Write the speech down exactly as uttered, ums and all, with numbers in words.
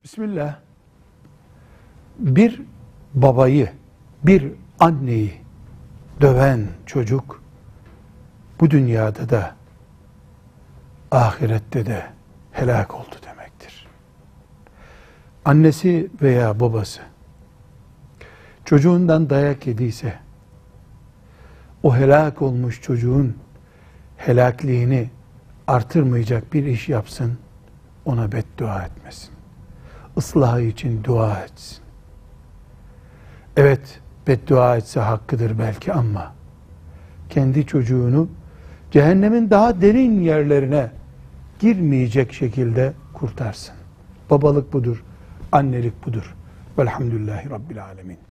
Bismillah. Bir babayı, bir anneyi döven çocuk bu dünyada da ahirette de helak oldu demektir. Annesi veya babası çocuğundan dayak yediyse o helak olmuş çocuğun helakliğini artırmayacak bir iş yapsın, ona beddua etmesin. Islahı için dua etsin. Evet, beddua etse hakkıdır belki ama kendi çocuğunu cehennemin daha derin yerlerine girmeyecek şekilde kurtarsın. Babalık budur, annelik budur. Velhamdülillahi Rabbil Alemin.